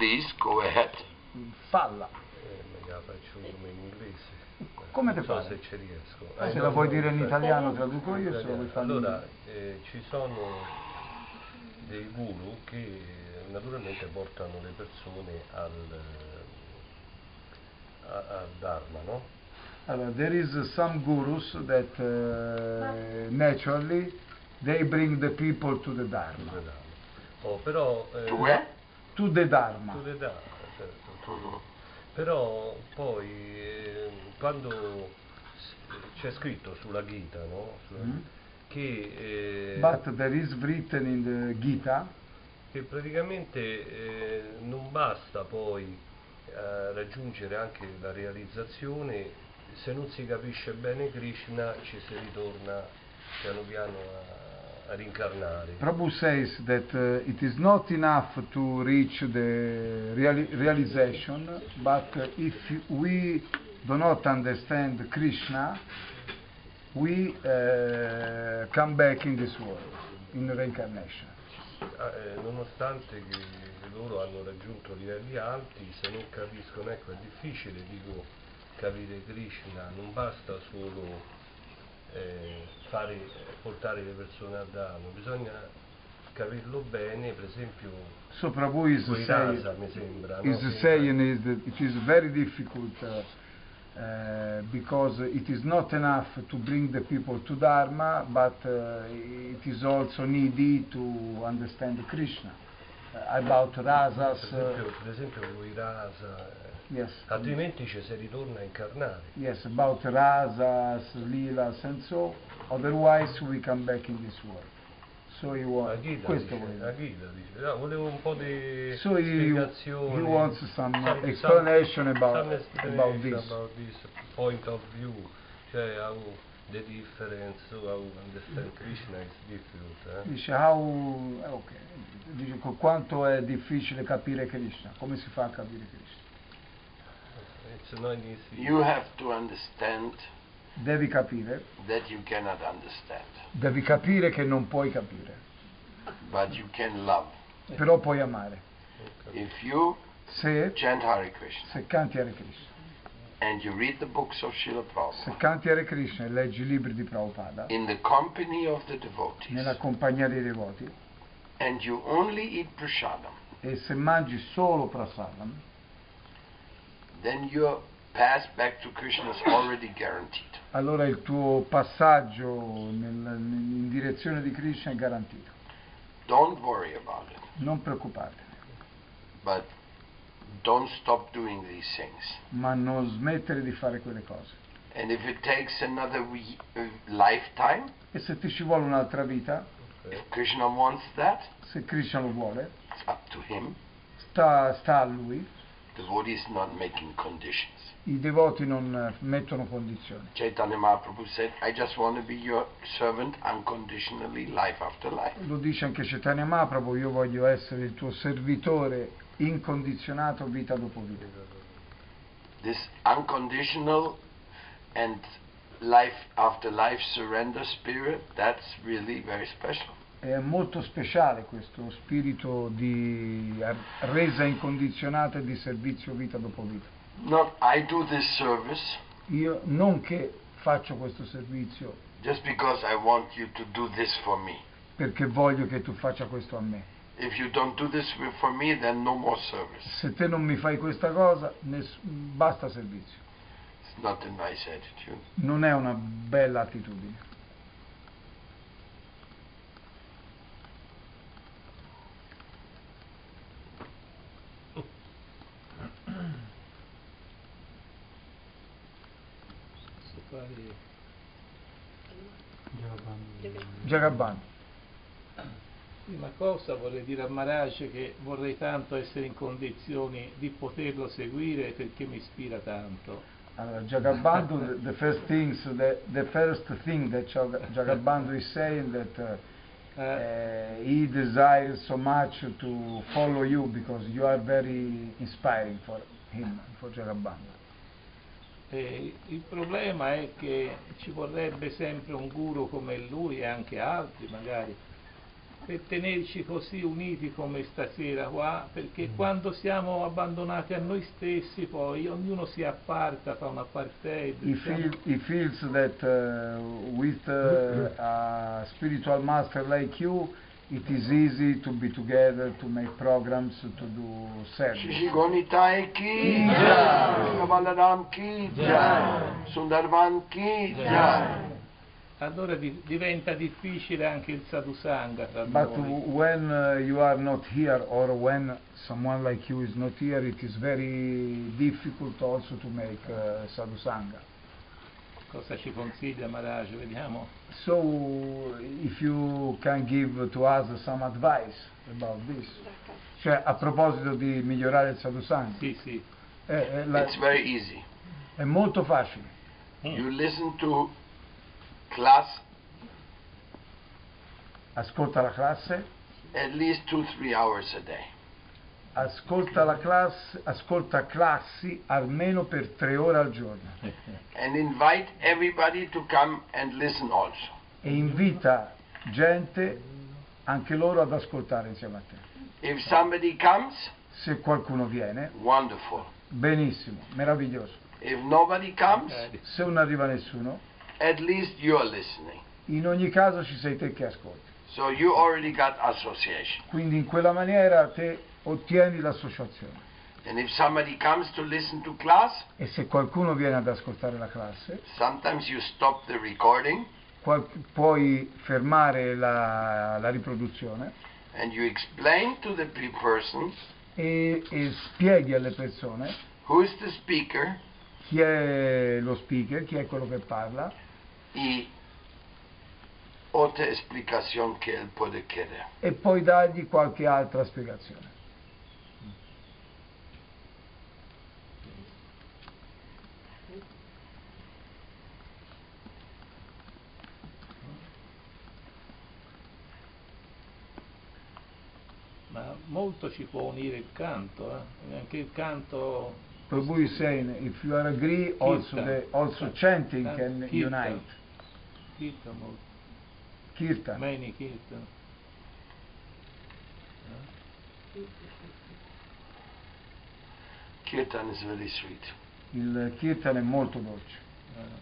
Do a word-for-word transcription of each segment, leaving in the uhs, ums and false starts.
Please, go ahead. Falla. Eh, ma la faccio come in inglese. Come te non so pare? se ci riesco. Eh, Eh, se no, la vuoi no, dire in cioè, italiano traduco io, se la vuoi fare in allora, inglese. eh, ci sono dei guru che naturalmente portano le persone al, a- al Dharma, no? Allora, there is some gurus that uh, naturally they bring the people to the Dharma. Sul Dharma. Oh, però, eh, To where? To the Dharma. to the Dharma, certo, to- però poi eh, quando s- c'è scritto sulla Gita, no? Sulla- Mm. che, eh, But there is written in the Gita che praticamente eh, non basta poi eh, raggiungere anche la realizzazione, se non si capisce bene Krishna ci si ritorna piano piano a, a rincarnare. Prabhu says that uh, it is not enough to reach the reali- realization, but uh, if we do not understand Krishna, we uh, come back in this world, in reincarnation. Ah, eh, nonostante che loro hanno raggiunto livelli alti, se non capiscono, ecco, è difficile, dico, capire Krishna, non basta solo eh, fare, eh, portare le persone a Dharma, bisogna capirlo bene, per esempio So Prabhu is coi saying, rasa, mi sembra, no? is Che- saying is that it is very difficult uh, uh, because it is not enough to bring the people to Dharma, but uh, it is also needy to understand Krishna. Uh, about rasas, per uh, esempio, per esempio coi rasa, eh, yes, altrimenti ci si ritorna a incarnare. yes, about rasas, lilas, and so. Otherwise, we come back in this world. So he La wants Gita questo dice, vuole la dire. Gita dice, no, volevo un po' di So he, spiegazioni. he wants some some- explanation some- about some explanation about this. about this point of view, cioè how the difference, so how understand Krishna is difficult. Eh? Dice how, eh, ok, dice co- quanto è difficile capire Krishna, come si fa a capire Krishna? It's not easy. You have to understand Devi capire, that you cannot understand, devi capire che non puoi capire, but you can love. però puoi amare. If you Se, chant Hare Krishna se canti Hare Krishna, and you read the books of Srila se Prabhupada canti Hare Krishna e leggi i libri di Prabhupada, in the company of the devotees, nella compagnia dei devoti, and you only eat prasadam, e se mangi solo prasadam, then your path back to Krishna is already guaranteed. allora il tuo passaggio nel- in direzione di Krishna è garantito. Don't worry about it, Non preoccupartene, but don't stop doing these things. ma non smettere di fare quelle cose. And if it takes another we- uh, lifetime, E se ti ci vuole un'altra vita, if Krishna wants that, se Krishna lo vuole, it's up to him. sta, sta a lui. Devotee is not making conditions. I devoti non eh, mettono condizioni. Chaitanya Mahaprabhu said, I just want to be your servant unconditionally, life after life. Lo dice anche Chaitanya Mahaprabhu, io voglio essere il tuo servitore incondizionato vita dopo vita. This unconditional and life after life surrender spirit, that's really very special. È molto speciale questo spirito di eh, resa incondizionata e di servizio vita dopo vita. Not I do this service Io non che faccio questo servizio just because I want you to do this for me. perché voglio che tu faccia questo a me. If you don't do this for me, then no more service. Se te non mi fai questa cosa, ness- basta servizio. It's not a nice attitude. Non è una bella attitudine. Jagaban. Prima cosa vorrei dire a Maharaj che vorrei tanto essere in condizioni di poterlo seguire perché mi ispira tanto. Allora, Jagabandhu, the, the first things, the, the first thing that Jag- Jagabandhu is saying that uh, Eh, uh, he desires so much to follow you because you are very inspiring for him, for Jagabandhu. e il problema è che ci vorrebbe sempre un guru come lui e anche altri magari per tenerci così uniti come stasera qua, perché quando siamo abbandonati a noi stessi poi ognuno si apparta, fa un apartheid. He, siamo- feel, he feels that uh, with uh, a spiritual master like you, it is easy to be together, to make programs, to do service. Shri Gonitai ki jai, Krishna Balaram ki jai, Sundarvan ki jai. Allora di- diventa difficile anche il sadhusanga tra But noi. when uh, you are not here, or when someone like you is not here, it is very difficult also to make uh, sadhusanga. Cosa ci consiglia Maharaj? Vediamo. So, if you can give to us some advice about this. Cioè, a proposito di migliorare il sadhusanga, Sì, sì. è, è la- It's very easy. è molto facile. You listen to class Ascolta la classe, at least two, three hours a day. ascolta la classe, ascolta classi almeno per tre ore al giorno And invite everybody to come and listen also. e invita gente, anche loro, ad ascoltare insieme a te. If somebody comes, Se qualcuno viene, wonderful. benissimo, meraviglioso. If nobody comes, Eh, Se non arriva nessuno, at least you're listening. in ogni caso ci sei te che ascolti. So you already got association. Quindi in quella maniera te ottieni l'associazione. And if somebody comes to listen to class, E se qualcuno viene ad ascoltare la classe, sometimes you stop the recording qual- puoi fermare la, la riproduzione and you explain to the pe- person e, e spieghi alle persone who is the speaker chi è lo speaker, chi è quello che parla y otra explicación que él puede querer. e poi dargli qualche altra spiegazione. ma molto ci può unire il canto, eh? Anche il canto. Prabhu is saying, if you are agree, also, the, also chanting can Kirtan. unite. Kirtan, molto. Kirtan. Many Kirtan. Kirtan is very sweet. Il kirtan è molto dolce Eh,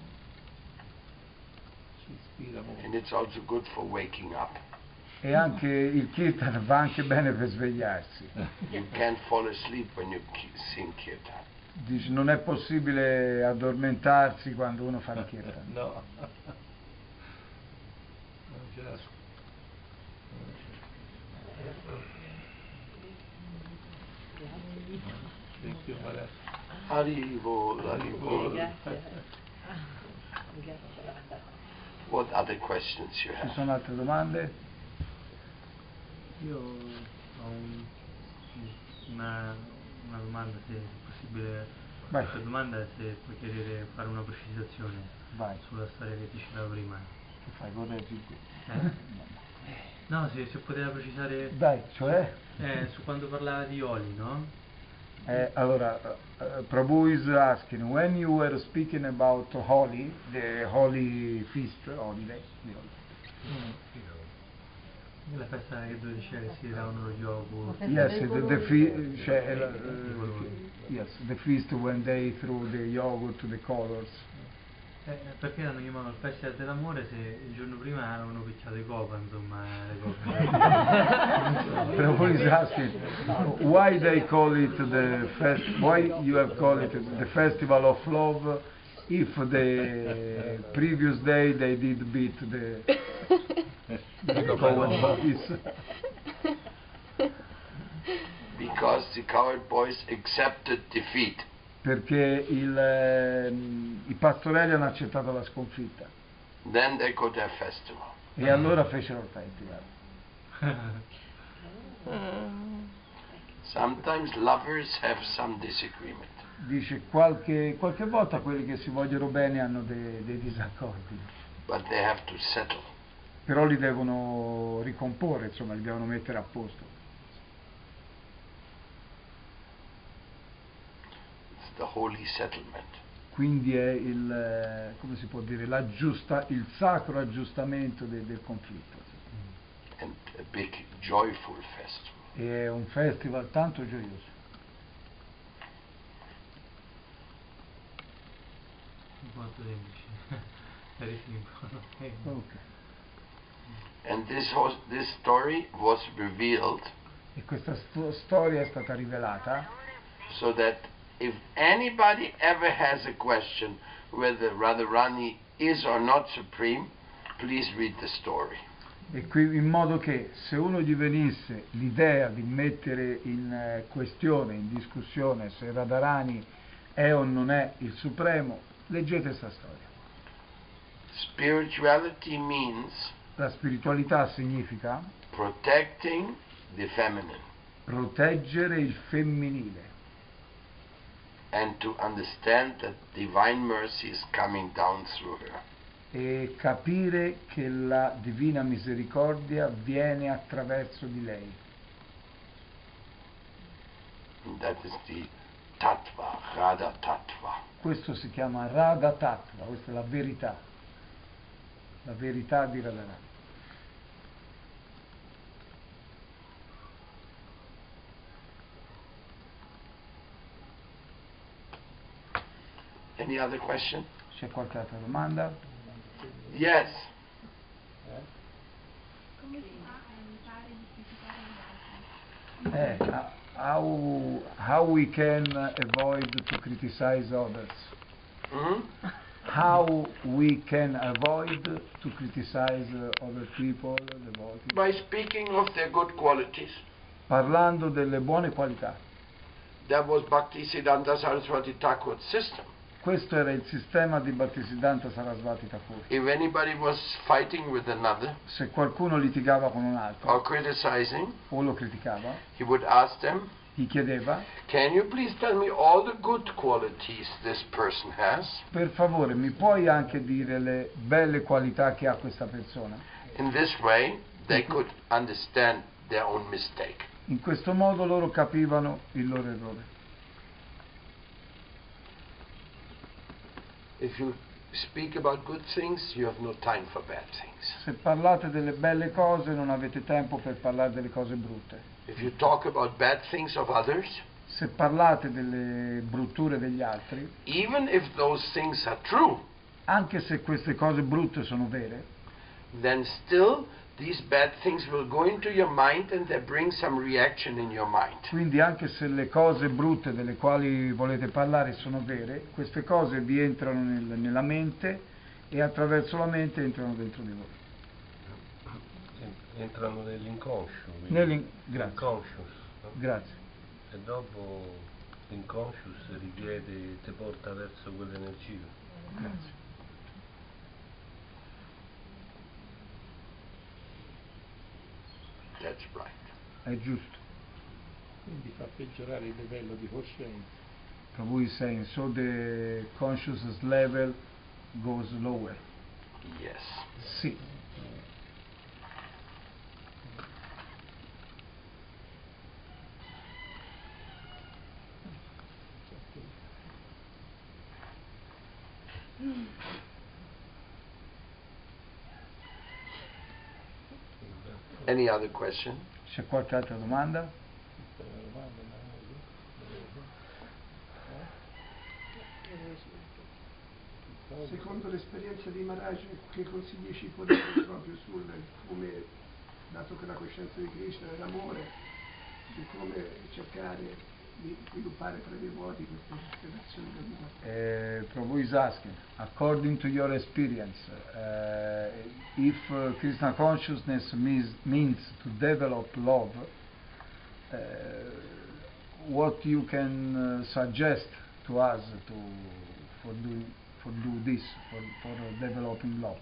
ci ispira molto. And it's also good for waking up. e anche il kirtan va anche bene per svegliarsi. You can't fall asleep when you ki- sing Kirtan. Dice, non è possibile addormentarsi quando uno fa il kirtan. No. Non c'è la- Thank you, Maharaj. Hari Bol, Hari Bol. Grazie. What other questions you Ci have? sono altre domande? Io ho un- una, una domanda, se è possibile. Vai. Questa domanda è se puoi chiedere, fare una precisazione Vai, sulla storia che ti citavo prima. che fai? Correggi qui. Eh? No, se, se poteva precisare Dai, cioè? eh, su quando parlava di oli, no? Eh, allora, uh, Prabhu is asking, when you were speaking about Holi, the Holy Feast, holiday, the holiday. La festa che dove diceva che si davano lo yogurt. Yes, the, the fe- cioè, uh, yes, the feast when they threw the yogurt to the colors. Eh, perché l'hanno chiamato il festival dell'amore se il giorno prima avevano picchiato i copa, insomma, le coppe. Prabhu is asking, why they call it the fest, why you have called it the festival of love if the previous day they did beat the, the coward boys? Because the coward boys accepted defeat. Perché il, ehm, i pastorelli hanno accettato la sconfitta Then they go to a festival. e allora fecero il festival. Sometimes lovers have some disagreement. Dice qualche, qualche volta quelli che si vogliono bene hanno de- dei disaccordi, But they have to settle. però li devono ricomporre, insomma li devono mettere a posto. It's the holy settlement. Quindi è il, eh, come si può dire, l'aggiusta, il sacro aggiustamento de- del conflitto. And big, joyful festival. E è un festival tanto gioioso. Molto semplice. Very simple. Ok. And this, was, this story was revealed E questa sto- storia è stata rivelata so that if anybody ever has a question whether Radharani is or not supreme, please read the story. e qui in modo che se uno gli venisse l'idea di mettere in eh, questione, in discussione se Radharani è o non è il Supremo, leggete questa storia. Spirituality means La spiritualità significa protecting the feminine proteggere il femminile and to understand that divine mercy is coming down through her. e capire che la divina misericordia viene attraverso di lei. And that is the tattva, Radha tattva. Questo si chiama Radha Tattva, questa è la verità, la verità di Radharani. Any other question? C'è qualche altra domanda? Yes. Come si fa a evitare di criticare gli altri? Eh, how, how we can avoid to criticize others? Hmm? How we can avoid to criticize other people, devotees? By speaking of their good qualities. Parlando delle buone qualità. That was Bhaktisiddhanta Saraswati Thakur's system. Questo era il sistema di Bhaktisiddhanta Sarasvati Thakur. If anybody was fighting with another Se qualcuno litigava con un altro or criticizing, o lo criticava, he would ask them, gli chiedeva: can you please tell me all the good qualities this person has? per favore mi puoi anche dire le belle qualità che ha questa persona? In this way, they could understand their own mistake. In questo modo loro capivano il loro errore. If you speak about good things, you have no time for bad things. Se parlate delle belle cose non avete tempo per parlare delle cose brutte. If you talk about bad things of others, Se parlate delle brutture degli altri, even if those things are true, anche se queste cose brutte sono vere, then still these bad things will go into your mind and they bring some reaction in your mind. quindi anche se le cose brutte delle quali volete parlare sono vere, queste cose vi entrano nel- nella mente e attraverso la mente entrano dentro di voi. Entrano nell'inconscio, quindi Nell'in- grazie. inconscious, no? Grazie. E dopo l'inconscious richiede, ti porta verso quell'energia. Grazie. That's right. È giusto. Quindi fa peggiorare il livello di coscienza. Prabhu is saying, so the consciousness level goes lower. Yes. Sì. Any other question? C'è qualche altra domanda? Secondo l'esperienza di Maharaj, che consigli ci può dare proprio sul come, dato che la coscienza di Krishna è l'amore, su come cercare di sviluppare tra i devoti queste relazioni da vita? Uh, Prabhu is asking, according to your experience, uh, if uh, Krishna consciousness means, means to develop love, uh, what you can uh, suggest to us to, for, do, for do this, for, for uh, developing love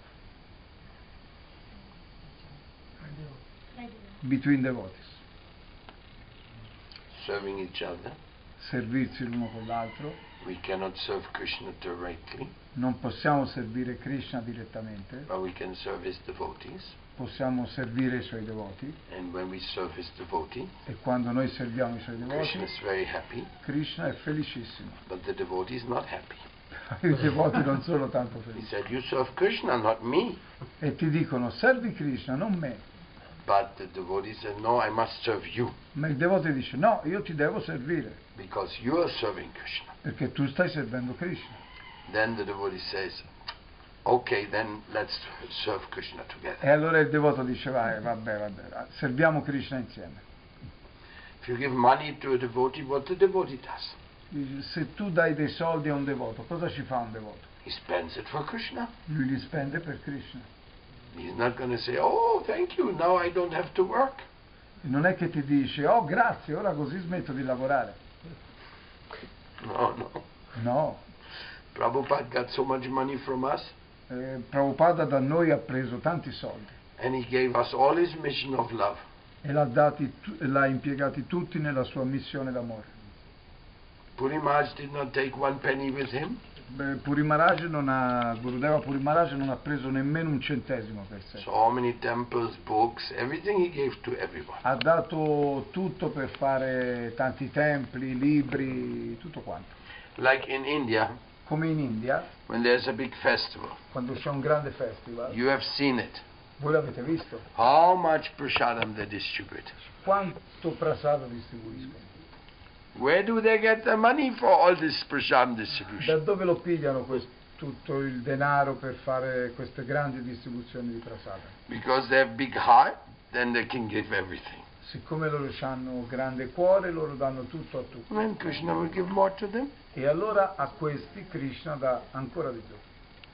between devotees? Serving each other. Servirsi l'uno con l'altro. We cannot serve Krishna directly, Non possiamo servire Krishna direttamente, but we can serve his devotees. possiamo servire i suoi devoti, And when we serve his devotee, e quando noi serviamo i suoi Krishna devoti, is very happy, Krishna è felicissimo. but the devotee is not happy. I devoti non sono tanto He felici said, you serve Krishna, not me. e ti dicono servi Krishna, non me. But the devotee said, no, I must serve you Ma il devoto dice no, io ti devo servire because you are serving Krishna. perché tu stai servendo Krishna. Then the devotee says, okay, then let's serve Krishna E together. allora il devoto dice vai, vabbè, vabbè, serviamo Krishna insieme. If you give money to a devotee, what the devotee does? Dice, se tu dai dei soldi a un devoto, cosa ci fa un devoto? He spends it for Krishna. Lui li spende per Krishna. He's not going to say, oh, thank you, now I don't have to work. E non è che ti dice oh grazie, ora così smetto di lavorare. No, no. No, Prabhupada got so much money from us, eh, Prabhupada da noi ha preso tanti soldi and he gave us all his mission of love. e l'ha, dati, tu- l'ha impiegati tutti nella sua missione d'amore. Puri Maharaj did not take one penny with him. Beh, Puri Maharaj non ha, Gurudeva Puri Maharaj non ha preso nemmeno un centesimo per sé. So many temples, books, everything he gave to everyone. Ha dato tutto per fare tanti templi, libri, tutto quanto. Like in India, Come in India, when there's a big festival, quando c'è un grande festival, you have seen it. voi l'avete visto? How much prasadam they distribute. Quanto prasada distribuiscono? Where do they get the money for all this prasadam Da distribution? dove lo pigliano quest- tutto il denaro per fare queste grandi distribuzioni di prasada? Because they have big heart, then they can give everything. Siccome loro hanno grande cuore, loro danno tutto a tutti. And Krishna will give more to them. E allora a questi Krishna dà ancora di più.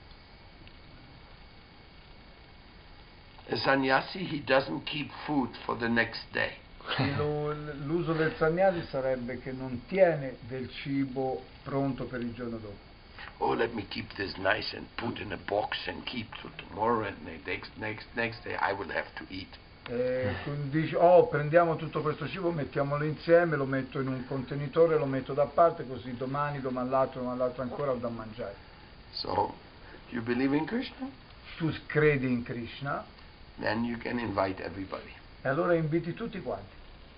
A sannyasi, he doesn't keep food for the next day. E lo- l'uso del sannyasi sarebbe che non tiene del cibo pronto per il giorno dopo. Oh, let me keep this nice and put in a box and keep to tomorrow and the next next next day I will have to eat. E quindi dici, oh, prendiamo tutto questo cibo, mettiamolo insieme, lo metto in un contenitore, lo metto da parte, così domani, domani l'altro, domani l'altro ancora ho da mangiare. So, if you believe in Krishna, Tu credi in Krishna then you can invite everybody. e allora inviti tutti quanti.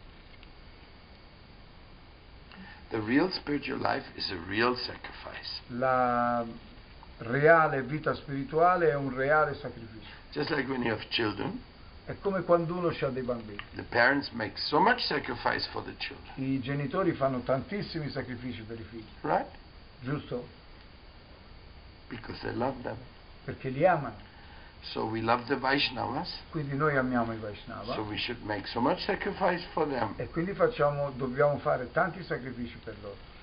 The real spiritual life is a real sacrifice. La reale vita spirituale è un reale sacrificio. Just like when you have children, È come quando uno ha dei bambini. the parents make so much sacrifice for the children, I genitori fanno tantissimi sacrifici per i figli, right? giusto? Because they love them. Perché li amano. So we love the Vaishnavas, Quindi noi amiamo i Vaishnava so we should make so much sacrifice for them. e quindi facciamo, dobbiamo fare tanti sacrifici per loro.